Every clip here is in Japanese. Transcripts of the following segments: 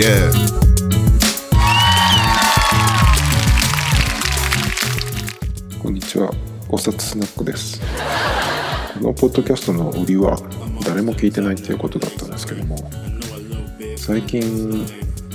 Yeah. こんにちは、おさつスナックです。このポッドキャストの売りは誰も聞いてないっていうことだったんですけども、最近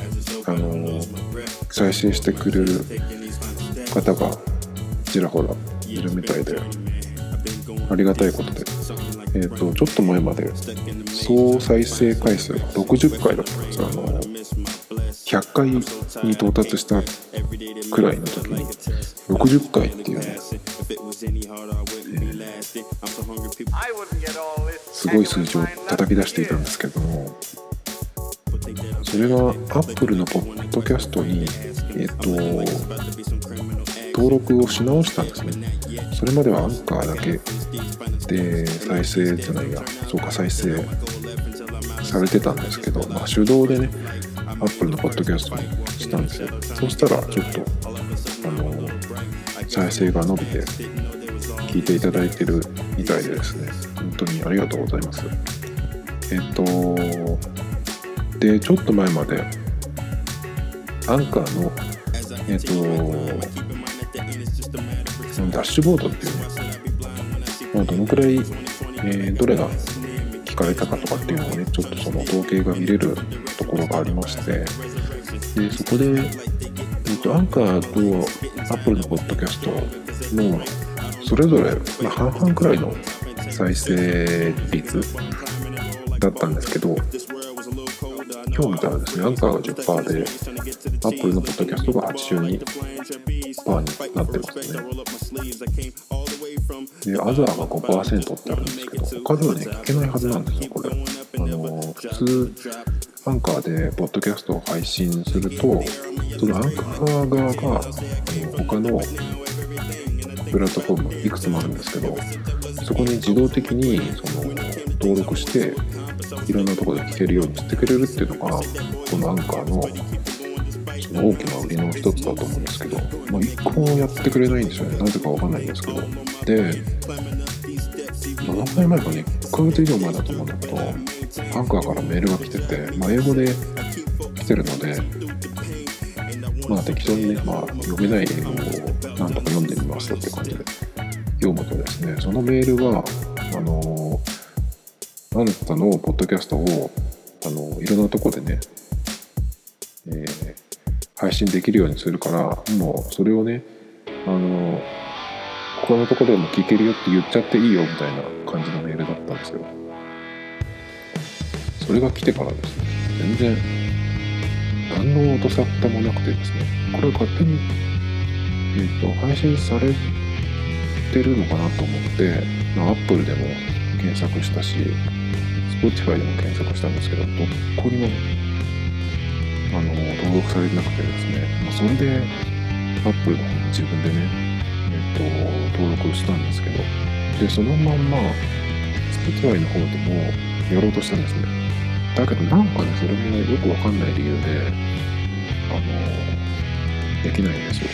再生してくれる方がちらほらいるみたいでありがたいことで、ちょっと前まで総再生回数が60回だったんです。100回に到達したくらいの時に60回っていうね、すごい数字を叩き出していたんですけども、それが Apple のポッドキャストに、登録をし直したんですね。それまではアンカーだけで再生されてたんですけど、手動でね Apple のポッドキャストにしたんですよ。そしたらちょっと再生が伸びて聞いていただいてるみたいでですね、本当にありがとうございます。でちょっと前までアンカーのダッシュボードっていうね、どのくらい、どれが聞かれたかとかっていうのをね、ちょっとその統計が見れるところがありまして、でそこで、アンカーと Apple のポッドキャストのそれぞれ、半々くらいの再生率だったんですけど、今日見たらですね、アンカーが 10% で Apple のポッドキャストが 82% になってますね。で、アザーが 5% ってあるんですけど、他ではね、聞けないはずなんですよ、これ。普通、アンカーでポッドキャストを配信すると、そのアンカー側が他のプラットフォームいくつもあるんですけど、そこに自動的に登録していろんなところで聞けるようにしてくれるっていうのがこのアンカーのその大きな売りの一つだと思うんですけど、一個もやってくれないんですよね。なぜかわかんないんですけど。で、何回前かね、1ヶ月以上前だと思うんだけど、アンカーからメールが来てて、英語で来てるので、適当にね、読めない英語をなんとか読んでみましたって感じで読むとですね、そのメールがあなたのポッドキャストをいろんなとこでね、配信できるようにするから、もうそれをね他のところでも聞けるよって言っちゃっていいよみたいな感じのメールだったんですよ。それが来てからですね、全然何の音沙汰もなくてですね、これ勝手に、配信されてるのかなと思って、Apple でも検索したし Spotify でも検索したんですけど、どこにも登録されてなくてですね、それで Apple の方に自分でね、登録したんですけど、でそのまんま Spotify の方でもやろうとしたんですね。だけどそれもよくわかんない理由でできないんですよ。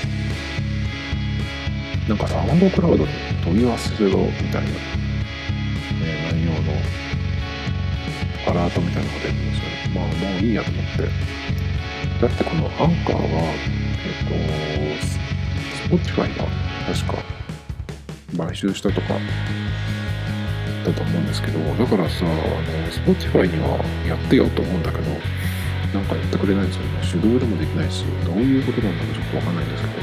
サウンドクラウドに問い合わせろみたいな、内容のアラートみたいなのが出るんですよね。もういいやと思って。だってこのアンカーはSpotify が確か買収したとかだと思うんですけど、だからさ、Spotify にはやってよと思うんだけど、やってくれないんですよね。手動でもできないし、どういうことなんだろうちょっとわかんないんですけど、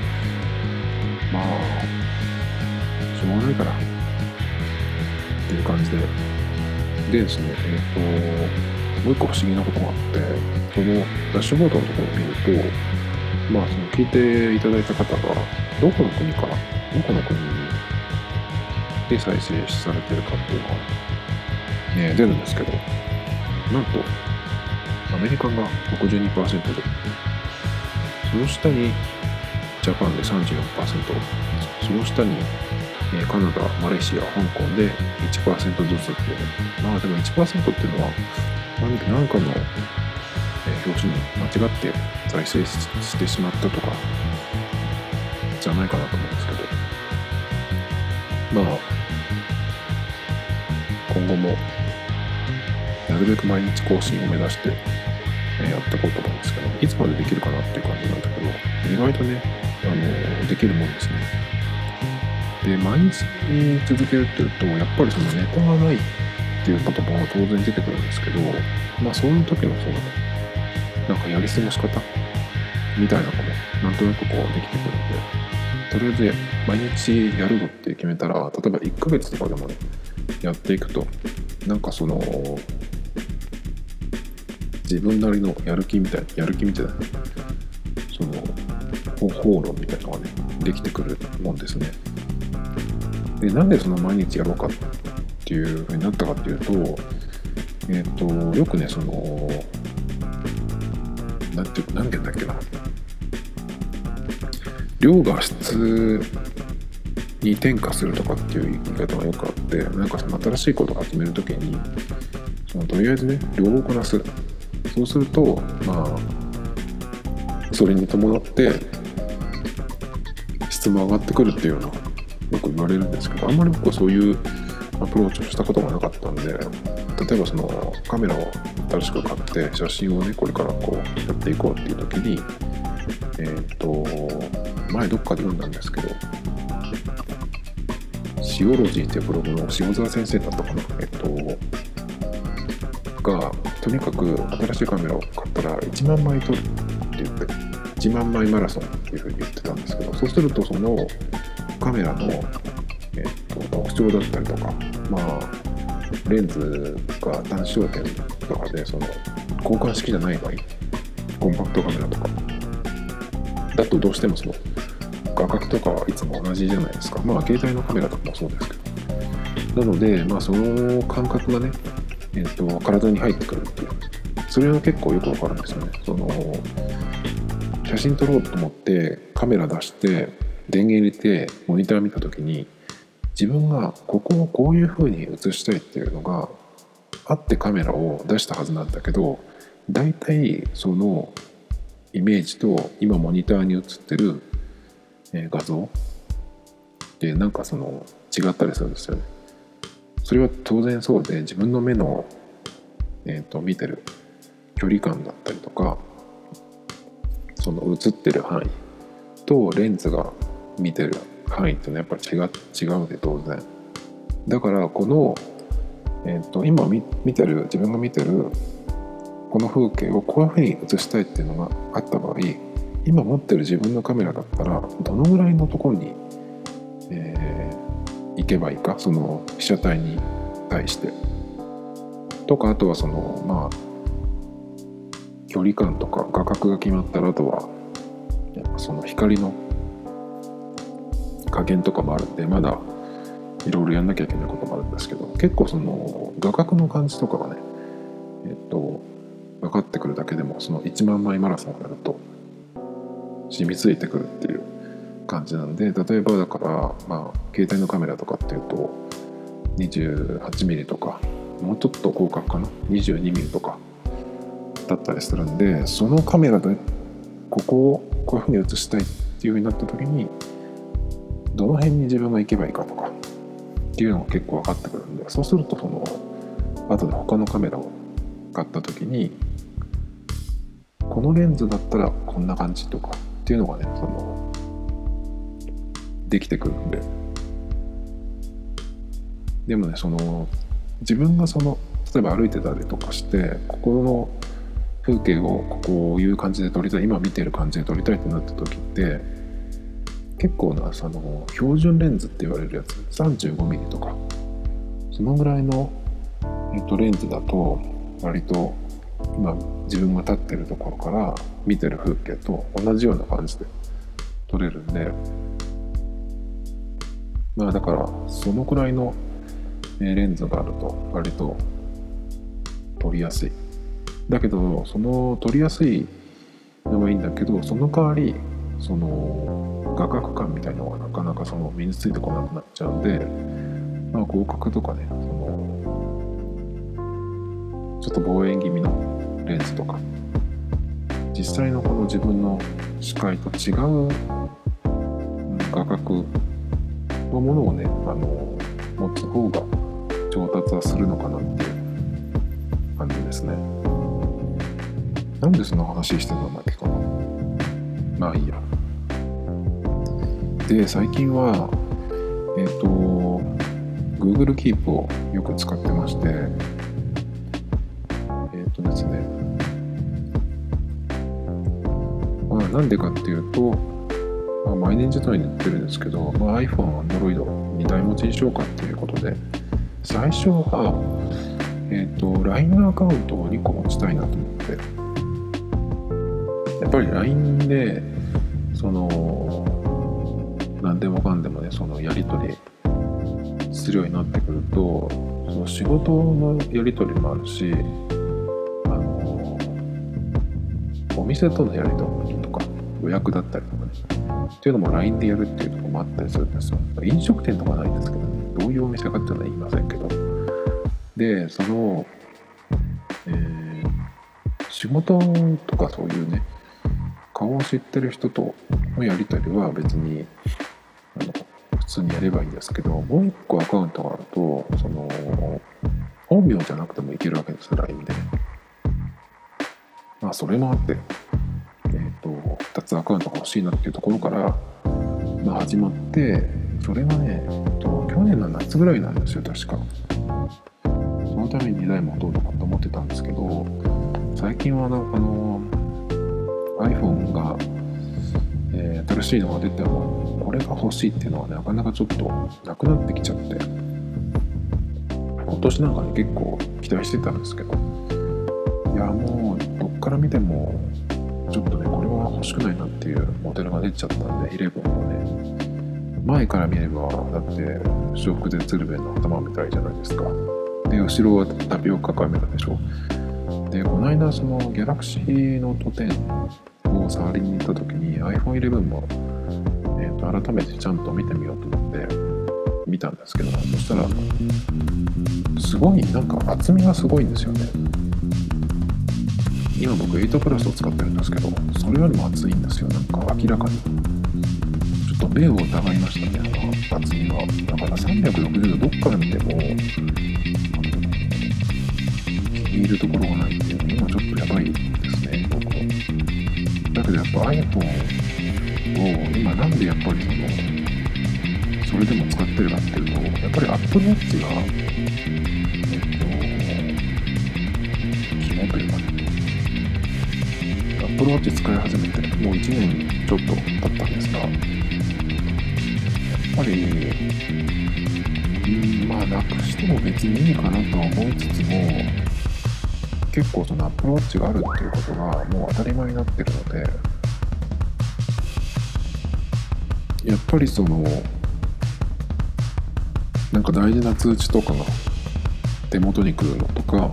しょうがないからっていう感じで。でですね、もう一個不思議なことがあって、このダッシュボードのところを見ると、その聞いていただいた方がどこの国で再生されてるかっていうのが、出るんですけど、なんとアメリカが 62% で、その下にジャパンで 34%、その下にカナダ、マレーシア、香港で 1% ずつっていうね。でも 1% っていうのは何かの表紙に間違って再生してしまったとかじゃないかなと思うんですけど、今後もなるべく毎日更新を目指して、 やっていこうと思うんですけど、いつまでできるかなっていう感じなんだけど、意外とねできるもんですね。で毎日続けるっていうとやっぱりそのネタがないっていうことも当然出てくるんですけど、そういう時のそのなんかやり過ごし方みたいなのもなんとなくこうできてくるんで、とりあえず毎日やるぞって決めたら、例えば1ヶ月とかでもねやっていくと、なんかその自分なりのやる気みたいなその方法論みたいなのがねできてくるもんですね。でなんでその毎日やろうかっていう風になったかっていうと、よくねそのなんて言うんだっけな、量が質に転化するとかっていう言い方がよくあって、なんかその新しいことを始めるときにとりあえずね量をこなす。そうするとそれに伴って質も上がってくるっていうのはよく言われるんですけど、あんまり僕はそういうアプローチをしたことがなかったんで、例えばそのカメラを新しく買って写真をねこれからこうやっていこうっていう時に前どっかで読んだんですけど、シオロジーっていうブログの塩沢先生だったかな、がとにかく新しいカメラを買ったら1万枚撮るって言って1万枚マラソンっていうふうに言ってたんですけど、そうするとそのカメラの、特徴だったりとか、レンズが単焦点とかでその交換式じゃない場合、コンパクトカメラとかだとどうしてもその画角とかはいつも同じじゃないですか。携帯のカメラとかもそうですけど、なのでその感覚がね、体に入ってくるっていう、それは結構よくわかるんですよね。その写真撮ろうと思ってカメラ出して電源入れてモニター見た時に、自分がここをこういう風に写したいっていうのがあってカメラを出したはずなんだけど、だいたいそのイメージと今モニターに映ってる画像でなんかその違ったりするんですよね。それは当然そうで、自分の目の、見てる距離感だったりとか、その映ってる範囲とレンズが見てる範囲っていうのはやっぱり違うで当然。だからこの、今見てる自分が見てるこの風景をこういうふうに映したいっていうのがあった場合、今持ってる自分のカメラだったらどのぐらいのところに、行けばいいか、その被写体に対してとか、あとはその距離感とか画角が決まったら、あとはやっぱその光の加減とかもあるんで、まだいろいろやんなきゃいけないこともあるんですけど、結構その画角の感じとかがね分かってくるだけでも、その1万枚マラソンをやると染みついてくるっていう感じなんで、例えばだから携帯のカメラとかっていうと 28mm とかもうちょっと広角かな 22mm とかだったりするんで、そのカメラでここをこういうふうに写したいっていうふうになった時にどの辺に自分が行けばいいかとかっていうのが結構分かってくるんで、そうするとその後で他のカメラを買った時にこのレンズだったらこんな感じとかっていうのがねそのできてくるんで。でもねその自分がその例えば歩いてたりとかしてここの風景をこういう感じで撮りたい、今見てる感じで撮りたいってなった時って結構なその標準レンズって言われるやつ 35mm とかそのぐらいの、レンズだと割と今自分が立ってるところから見てる風景と同じような感じで撮れるんで、だからそのくらいのレンズがあると割と撮りやすい。だけどその撮りやすいのはいいんだけど、その代わりその画角感みたいなのがなかなかその身についてこなくなっちゃうんで、広角とかねそのちょっと望遠気味のレンズとか実際のこの自分の視界と違う画角のものをね持つ方が上達はするのかなっていう感じですね。 なんでそんな話してたんだっけかな。まあいいや。で、最近はGoogle Keep をよく使ってまして、ですね、まあなんでかっていうと、まあ、毎年のように言ってるんですけど、まあ、iPhone、Android 2台持ちにしようかっていうことで、最初は、LINE のアカウントを2個持ちたいなと思って、やっぱり LINE で、何でもかんでもね、そのやり取りするようになってくると、その仕事のやり取りもあるし、お店とのやり取りとか、予約だったりとかね、っていうのも LINE でやるっていうところもあったりするんですよ。飲食店とかないですけどね、どういうお店かっていうのは言いませんけど。で、仕事とかそういうね、顔を知ってる人とのやり取りは別に普通にやればいいんですけど、もう一個アカウントがあると、本名じゃなくてもいけるわけですよ、LINE で。まあそれもあって、2つアカウントが欲しいなっていうところから、まあ、始まって、それがね、去年の夏ぐらいなんですよ、確か。そのために2台もどうのかと思ってたんですけど、最近はiPhone が、新しいのが出ても、これが欲しいっていうのは、ね、なかなかちょっとなくなってきちゃって、今年なんかね、結構期待してたんですけど、いや、もう、どっから見ても、ちょっとね、これは欲しくないなっていうモデルが出ちゃったんで、11もね、前から見れば、だって、笑福亭鶴瓶の頭みたいじゃないですか。で、後ろはタピオカカメラでしょ。で、この間、そのギャラクシーノート10を触りに行った時に iPhone 11も、改めてちゃんと見てみようと思って見たんですけど、そしたら、すごい、なんか厚みがすごいんですよね。今僕8プラスを使ってるんですけど、それよりも厚いんですよ。なんか明らかに。ちょっと目を疑いましたね、厚みが。だから360度どっから見ても、気に入るところがないっていうのはちょっとやばいですね、僕は。だけどやっぱ iPhone を今なんでやっぱりそれでも使ってるかっていうと、やっぱり Apple Watch が、肝というかね、Apple Watch 使い始めてもう1年ちょっと経ったんですが、やっぱり、まあなくしても別にいいかなとは思いつつも、結構その Apple Watch があるっていうことがもう当たり前になってるので、やっぱりなんか大事な通知とかが手元に来るのとか、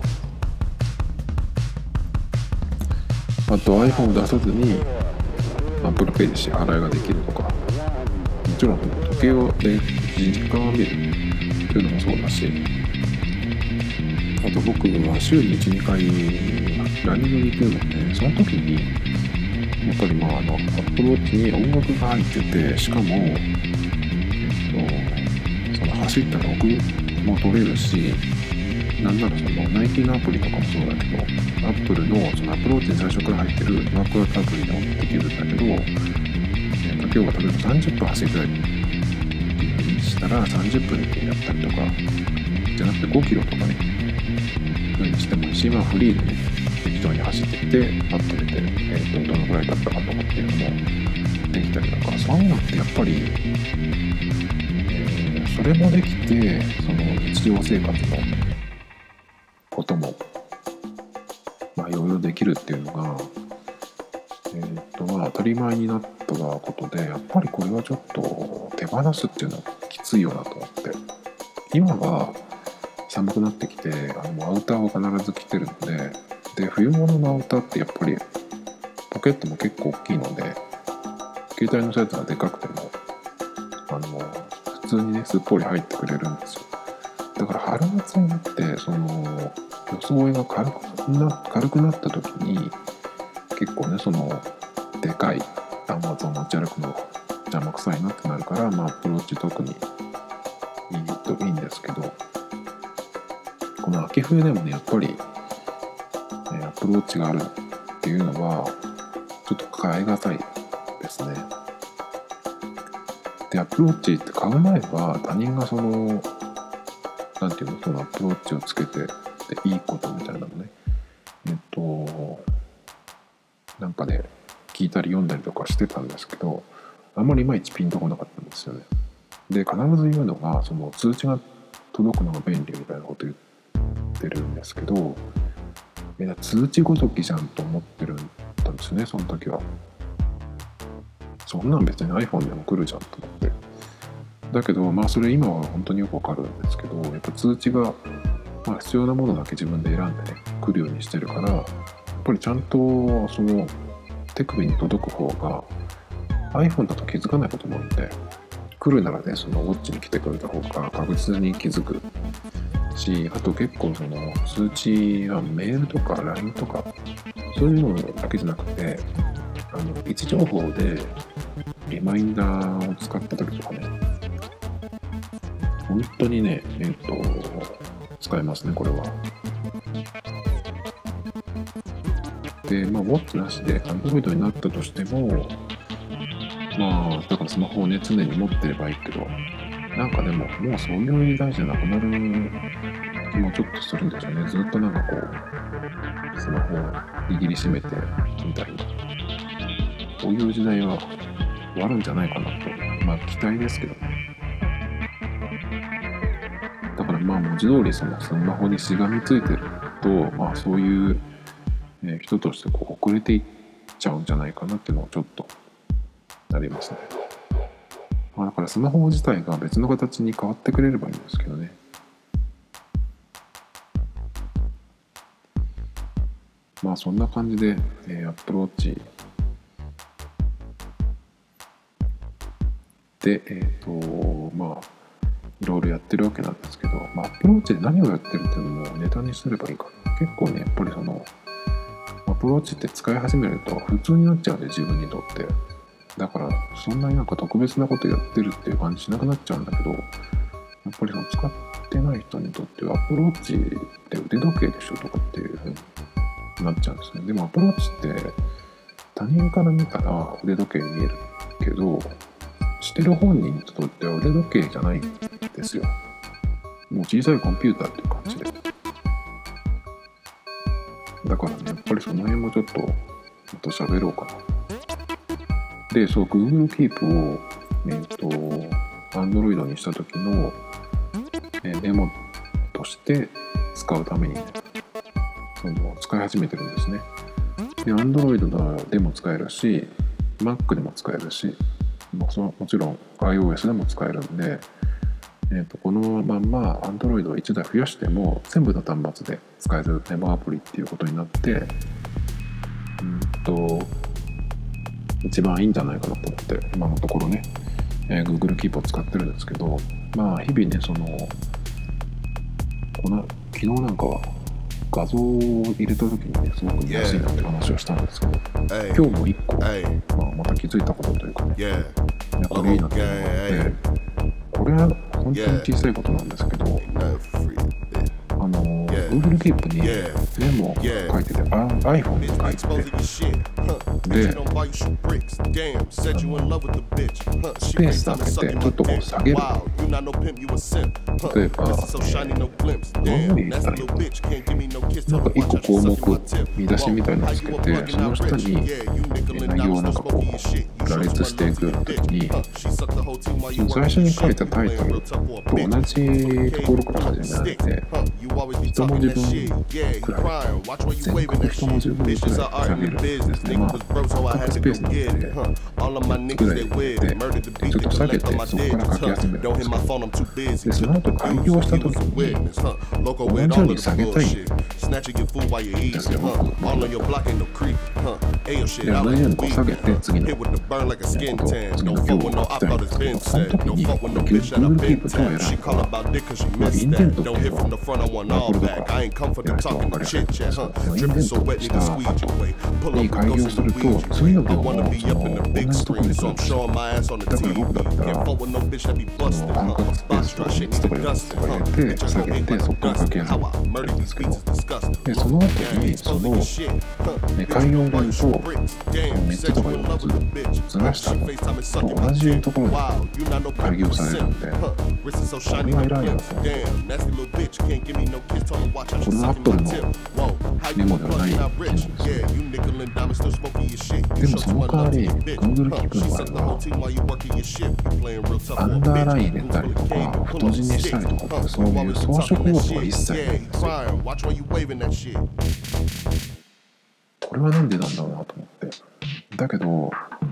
あと iPhone を出さずに Apple Pay で支払いができるとか、もちろん時計で時間を見るというのもそうだし、あと僕は週に 1,2 回ランニングに行くので、その時にやっぱりApple Watch に音楽が入ってて、しかも、その走ったログも取れるし、なんならナイキのアプリとかもそうだけど、Apple のその Apple Watch に最初から入ってるワクワクアプリでもできるんだけど、今日は例えば30分走りたいっていう風にしたら30分でやったりとか、じゃなくて5キロとかね、そういうにしてもいいし、フリーでね、適当に走ってきて、パッと出て、どのくらい経ったかとかっていうのもできたりとか、そういうのってやっぱり、それもできて、その日常生活のことも、いろいろできるっていうのが、当たり前になったことで、やっぱりこれはちょっと手放すっていうのはきついよなと思って、今は寒くなってきて、アウターを必ず着てるので、冬物のアウターってやっぱりポケットも結構大きいので、携帯のサイズがでかくても普通にねすっぽり入ってくれるんですよ。だから春夏になって装いが軽くなった時に、結構ねでかい端末を持ち歩くのが邪魔くさいなってなるから、アプローチ特にいいんですけど、この秋冬でもねやっぱりアプローチがあるっていうのはちょっと変え難いですね。で、アプローチって買う前は他人がそのアプローチをつけてでいいことみたいなのねなんかで聞いたり読んだりとかしてたんですけど、あんまりいまいちピンとこなかったんですよね。で、必ず言うのがその通知が届くのが便利みたいなこと言ってるんですけど、通知ごときじゃんと思ってるんですよね、その時は。そんなん別に iPhone でも来るじゃんと思って。だけどそれ今は本当によくわかるんですけど、やっぱ通知が、必要なものだけ自分で選んでね来るようにしてるから、やっぱりちゃんとその手首に届く方が iPhone だと気づかないこともあって、来るならねそのウォッチに来てくれた方が確実に気づくし、あと結構その通知はメールとか LINE とかそういうのだけじゃなくて、位置情報でリマインダーを使った時とかね、本当にね使えますねこれは。で、ウォッチなしで Android になったとしても、だからスマホをね常に持ってればいいけど、なんかでももうそういう時代じゃなくなる気もちょっとするんですよね。ずっとなんかこうスマホを握りしめてみたいな、そういう時代は終わるんじゃないかなと、期待ですけどね。だから文字通りそのスマホにしがみついてると、そういう人としてこう遅れていっちゃうんじゃないかなっていうのをちょっとありますね。だからスマホ自体が別の形に変わってくれればいいんですけどね。そんな感じで、Apple Watch でいろいろやってるわけなんですけど、Apple Watch で何をやってるっていうのもネタにすればいいかな。結構ねやっぱりそのApple Watchって使い始めると普通になっちゃうんで、自分にとって。だからそんなになんか特別なことやってるっていう感じしなくなっちゃうんだけど、やっぱりその使ってない人にとっては Apple Watch って腕時計でしょとかっていう風になっちゃうんですね。でも Apple Watch って他人から見たら腕時計に見えるけど、してる本人にとっては腕時計じゃないんですよ。もう小さいコンピューターっていう感じで。だからね、やっぱりその辺もちょっとまた喋ろうかな。で、そう Google Keep をAndroid にした時のデモとして使うために使い始めてるんですね。で、Android でも使えるし、Mac でも使えるし、もちろん iOS でも使えるんで、このまんま Android を1台増やしても全部の端末で使えるデモアプリっていうことになって、一番いいんじゃないかなと思って今のところね、Google Keep を使ってるんですけど、日々ね昨日なんかは画像を入れた時にねすごく見やすいなって話をしたんですけど、今日も1個、また気づいたことというかね、これいいなっていうのがあって、これは本当に小さいことなんですけど、Google Keep にメモを書いてて、iPhone に書いてて、で、スペースだけでちょっとこう下げる。例えば、どういうふうに言ったらいいのかな。なんか1個項目、見出しみたいなのをつけて、その下に内容をなんかこう羅列していくような時に、最初に書いたタイトルと同じところから始められて、一文字分くらい、全国一文字分くらい下げるんですね。タップスペースなので、くらいでちょっと下げて、そこから書き始めるんですけど、でその後開業した時に同じように下げたいんですよ。で、同じようにこう下げて次の行を書きたいんですけど、その時にGoogle Keep どうやらインデントっていうのはこれとかやる人は分かりやすいんですけど、インデントした後に開業すると次の行も同じじところに来るんですよ。だから僕だったらその半角スペースとか3つとか4つとか入れて下げて、そこから掛け合うるんですけど、でその後にその海洋弁と3つとか4つずらしたのと同じところに開業されるんで、これは偉いなと思って。これはアップルのメモではない機能ですよ。でもその代わり Google Keep の場合はアンダーライン入れたりとか太字にしたりとかって、そういう装飾要素は一切ないんですよ。これはなんでなんだろうなと思って。だけど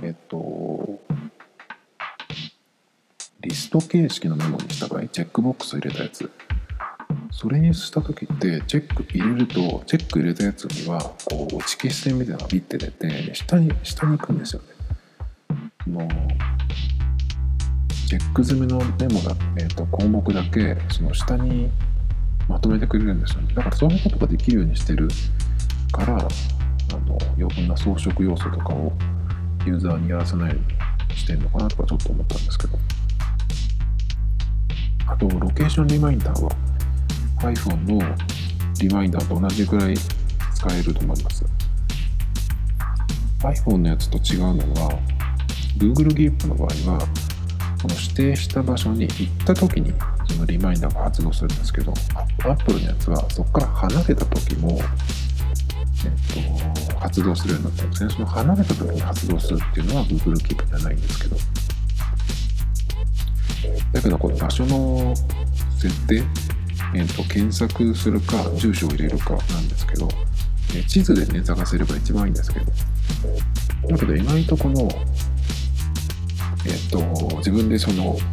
リスト形式のメモにした場合、チェックボックスを入れたやつ、それにした時ってチェック入れたやつにはこう打ち消し線みたいなのがビッて出て下に行くんですよね。チェック済みのメモだ、項目だけその下にまとめてくれるんですよね。だからそういうことができるようにしてるから余分な装飾要素とかをユーザーにやらせないようにしてるのかなとかちょっと思ったんですけど、あとロケーションリマインダーは iPhone のリマインダーと同じくらい使えると思います。 iPhone のやつと違うのは Google Keep の場合はこの指定した場所に行った時にそのリマインダーが発動するんですけど、 Apple のやつはそこから離れた時も発動するようになってるんですね。その離れた時に発動するっていうのは Google Keep じゃないんですけど、だけどこの場所の設定、検索するか住所を入れるかなんですけど、地図でね探せれば一番いいんですけど、だけど意外とこの自分でその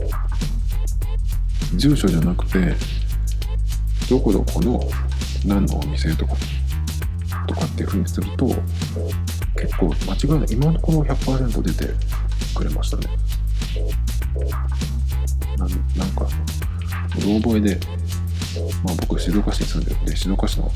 住所じゃなくてどこどこの何のお店とかっていう風にすると結構間違いない、今のところ 100% 出てくれましたね。なんかうろ覚えで、僕静岡市に住んでるんで静岡市の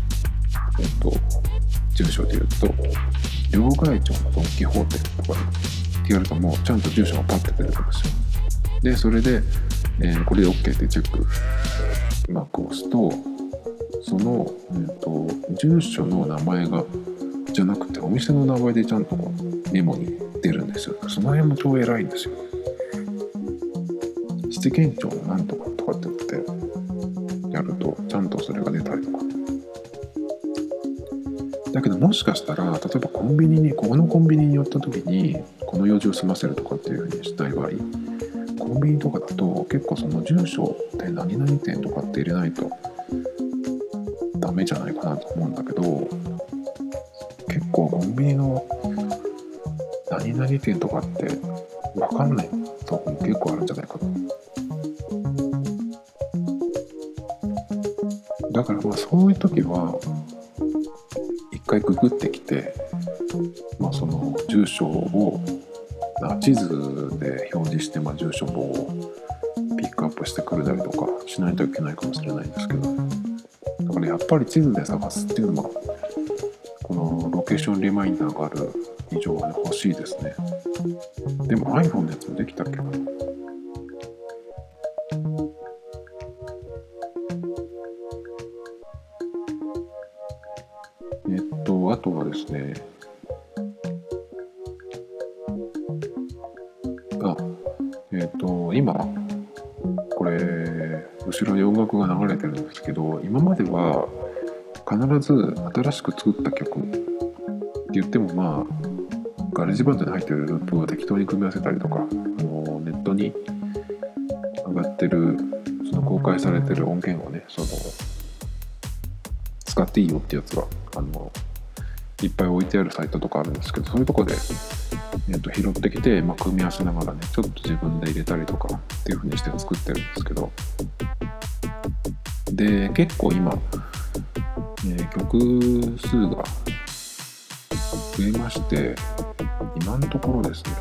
住所で言うと両替町のドン・キホーテとかってやるともうちゃんと住所がパッて出てくるんですよ。でそれで、これで OK ってチェックマークを押すとその、住所の名前がじゃなくてお店の名前でちゃんとこうメモに出るんですよ。その辺も超偉いんですよ。七軒町のなんとかとかって言ってやるとちゃんとそれが出たりとか。だけどもしかしたら例えばこのコンビニに寄った時にこの用事を済ませるとかっていう風にしたい場合、コンビニとかだと結構その住所って何々店とかって入れないとダメじゃないかなと思うんだけど、結構コンビニの何々店とかって分かんないとこも結構あるんじゃないかと。だからそういう時は一回ググってきて、その住所を地図で表示して、住所簿をピックアップしてくれたりとかしないといけないかもしれないんですけど、だからやっぱり地図で探すっていうのはこのロケーションリマインダーがある以上は欲しいですね。でも iPhone のやつもできたっけな。あとはですね、今これ後ろに音楽が流れてるんですけど、今までは必ず新しく作った曲って言ってもガレージバンドに入ってるループを適当に組み合わせたりとか、ネットに上がってるその公開されてる音源をね使っていいよってやつがいっぱい置いてあるサイトとかあるんですけど、そういうとこで、拾ってきて、組み合わせながらねちょっと自分で入れたりとかっていう風にして作ってるんですけど、で結構今、曲数が増えまして、今のところですね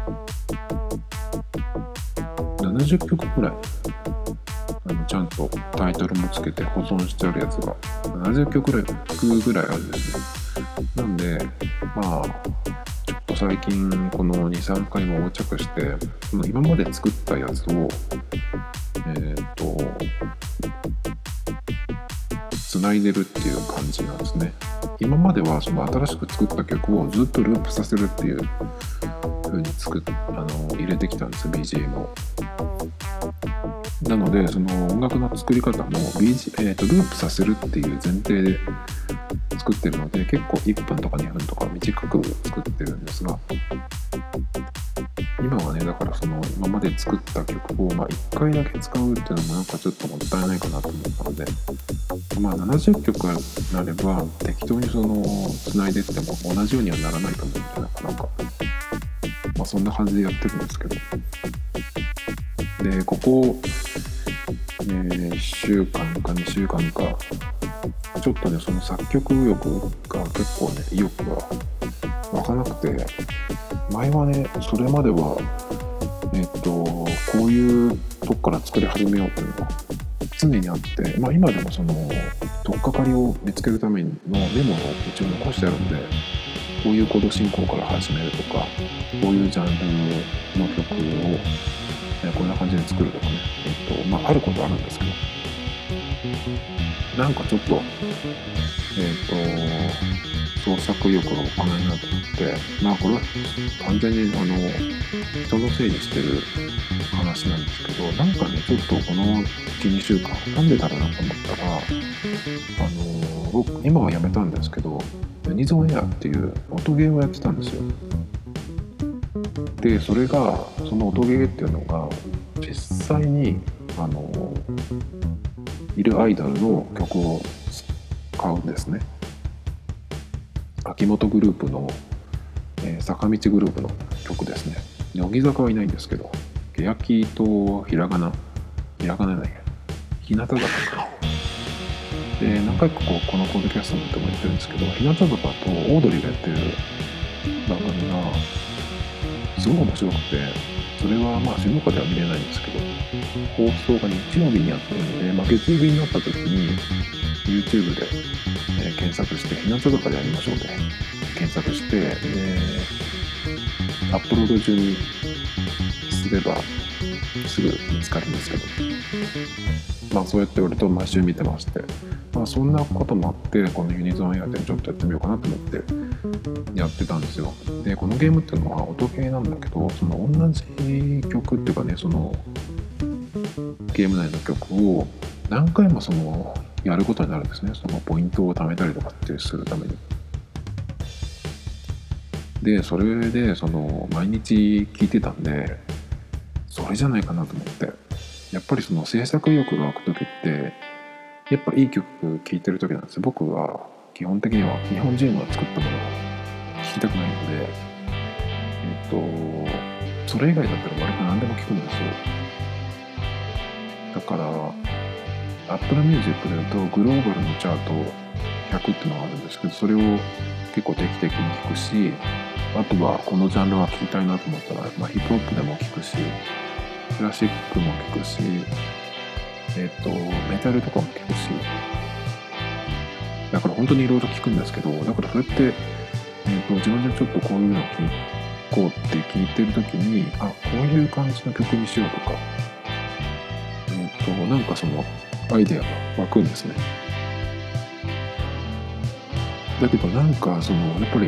70曲くらいちゃんとタイトルもつけて保存してあるやつが70曲ぐらいあるんですね。なんでちょっとと最近この2、3回も横着して、今まで作ったやつを繋いでるっていう感じなんですね。今まではその新しく作った曲をずっとループさせるっていう風に入れてきたんですよ、 BGM を。なのでその音楽の作り方も、ループさせるっていう前提で作ってるので、結構1分とか2分とか短く作ってるんですが、今はね、だからその今まで作った曲を1回だけ使うっていうのもなんかちょっともったいないかなと思ったので、70曲になれば適当にその繋いでっても同じようにはならないと思うんで、なんかそんな感じでやってるんですけど、でここ、1週間か2週間かちょっとね、その作曲欲が結構ね、意欲が湧かなくて、前はね、それまではこういうとこから作り始めようっていうのが常にあって、今でもその取っかかりを見つけるためのメモを一応残してあるんで、こういうコード進行から始めるとか、こういうジャンルの曲を、こんな感じで作るとかね、あることあるんですけど、なんかちょっと創作意欲が湧かないなと思って、これは完全に人のせいにしてる話なんですけど、なんかね、ちょっとこの 1,2 週間なんでだろうなと思ったら、僕今はやめたんですけど、ユニゾンエアっていう音ゲーをやってたんですよ。でそれが、その音ゲーっていうのが実際にいるアイドルの曲を買うんですね。秋元グループの、坂道グループの曲ですね。乃木坂はいないんですけど、欅とひらがなじゃないや、日向坂か。で何回かこのポッドキャストでも言ってるんですけど、日向坂とオードリーがやってる番組がすごく面白くて、それは静岡では見れないんですけど、放送が日曜日にやってるので、月曜日になった時に YouTube で、検索して日向坂でやりましょうで検索して、アップロード中にすればすぐ見つかるんですけど、そうやって俺と毎週見てまして、そんなこともあって、このユニゾンエアでちょっとやってみようかなと思ってやってたんですよ。でこのゲームっていうのは音ゲーなんだけど、その同じ曲っていうかね、そのゲーム内の曲を何回もそのやることになるんですね。そのポイントを貯めたりとかってするために。でそれでその毎日聴いてたんで、それじゃないかなと思って、やっぱりその制作意欲が湧く時ってやっぱいい曲聴いてる時なんですよ。僕は基本的には日本人が作ったものを聴きたくないので、それ以外だったら割と何でも聴くんですよ。だからApple Music で言うとグローバルのチャート100っていうのがあるんですけど、それを結構定期的に聴くし、あとはこのジャンルが聴きたいなと思ったら、ヒップホップでも聴くし、クラシックも聴くし、メタルとかも聴くし、だから本当にいろいろ聴くんですけど、だからそうやって、自分でちょっとこういうのを聴こうって聞いてるときに、こういう感じの曲にしようとか、なんかそのアイデアが湧くんですね。だけどなんかそのやっぱり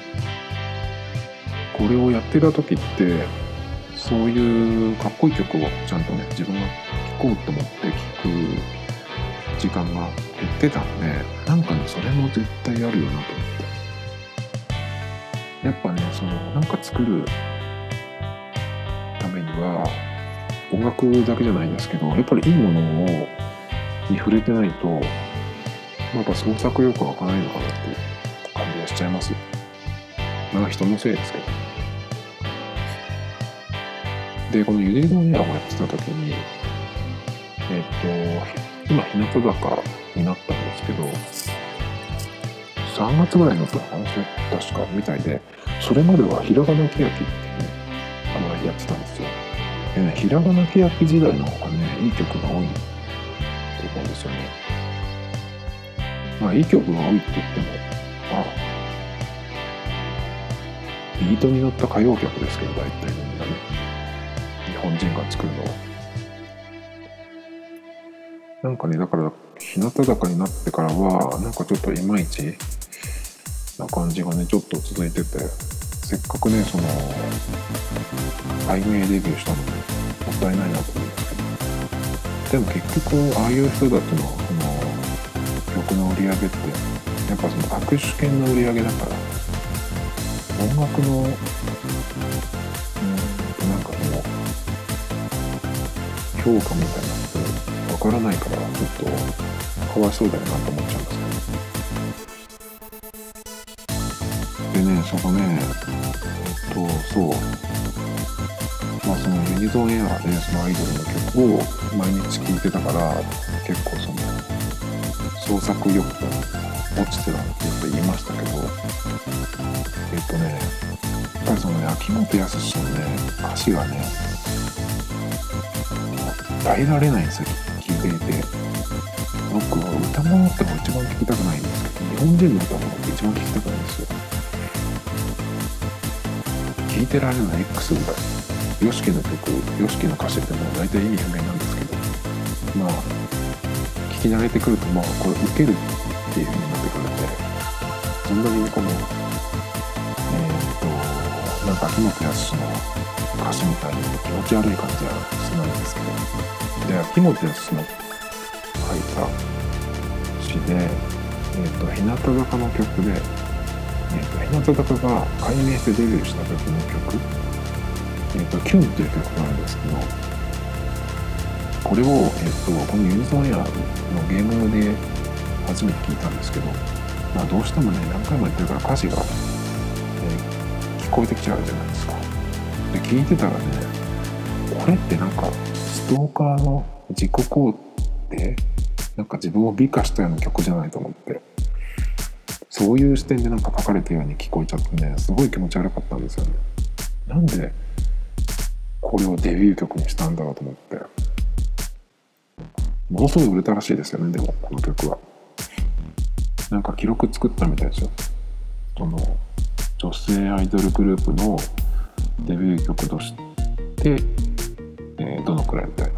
これをやってた時って、そういうかっこいい曲をちゃんとね、自分が聴こうと思って聴く時間が減ってたんで、なんかね、それも絶対あるよなと思って、やっぱね、そのなんか作るためには音楽だけじゃないんですけど、やっぱりいいものに触れてないと、やっぱ創作意欲が湧かないのかなっていう感じがしちゃいます。人のせいですけど。でこのユニゾンエアをやってた時に、今日向坂になったんですけど、3月ぐらいの話確かみたいで、それまではひらがなけやきっていうね、やってたんですよ。でね、ひらがなけやき時代の方がね、いい曲が多いと思うんですよね。いい曲が多いって言っても、 ビートに乗った歌謡曲ですけど、大体みんなね、日本人が作るのは。なんかね、だから日向坂になってからはなんかちょっといまいちな感じがねちょっと続いてて、せっかくねその改名デビューしたのでもったいないなと思うんですけど、でも結局ああいう人たちのその曲の売り上げってやっぱその握手券の売り上げだから、音楽のなんかその評価みたいなわからないから、ちょっとかわいそうだよなと思っちゃうんですけど。でね、そのね、そう、まあそのユニゾンエアーでそのアイドルの曲を毎日聴いてたから、結構その創作意欲が落ちてたって言いましたけど、やっぱりそのね、秋元康のね、歌詞がね、耐えられないんですよ、聴いていて。僕は歌物っても一番聴きたくないんですけど、日本人の歌物って一番聴きたくないんですよ。聴いてられない X ぐらい。YOSHIKI の曲、YOSHIKI の歌詞ってもう大体意味不明なんですけど、まあ、聴き慣れてくると、まあ、これ受けるっていう風になってくるんで、そんなにこの、なんか秋元康の歌詞みたいに気持ち悪い感じはしないんですけど、で、秋元康の書いた詩で、日向坂の曲で、日向坂が改名してデビューした時の曲、キュンっていう曲があるんですけど、これを、このユニゾンエアのゲームで初めて聞いたんですけど、まあどうしてもね、何回も言ってるから歌詞が、聞こえてきちゃうじゃないですか。で、聞いてたらね、これってなんかストーカーの自己肯定、なんか自分を美化したような曲じゃないと思って、そういう視点でなんか書かれたように聞こえちゃってね、すごい気持ち悪かったんですよね。なんでこれをデビュー曲にしたんだろうと思って。ものすごい売れたらしいですよね。でもこの曲はなんか記録作ったみたいですよ。その女性アイドルグループのデビュー曲として、どのくらいみたいな。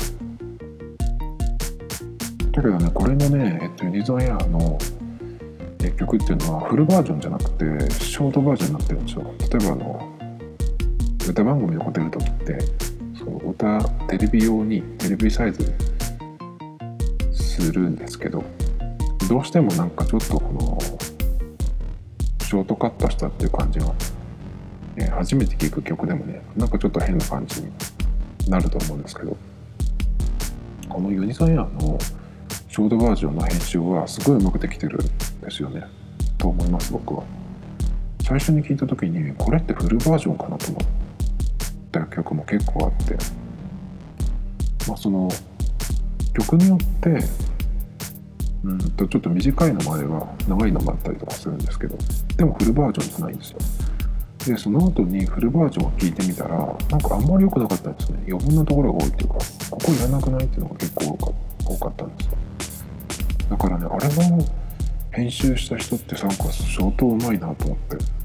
だけどね、これのね、ユニゾンエアの曲っていうのはフルバージョンじゃなくてショートバージョンになってるんですよ。例えば歌番組を出るときってテレビ用にテレビサイズするんですけど、どうしてもなんかちょっとこのショートカットしたっていう感じが、初めて聴く曲でもね、なんかちょっと変な感じになると思うんですけど、このユニゾンエアのショートバージョンの編集はすごいうまくできてるんですよねと思います。僕は最初に聞いた時にこれってフルバージョンかなと思った曲も結構あって、まあその曲によってちょっと短いのもあれば長いのもあったりとかするんですけど、でもフルバージョンじゃないんですよ。でその後にフルバージョンを聞いてみたらなんかあんまり良くなかったんですね。余分なところが多いっていうか、ここいらなくないっていうのが結構多かったんですよ。だからね、あれの編集した人ってなんか相当うまいなと思って、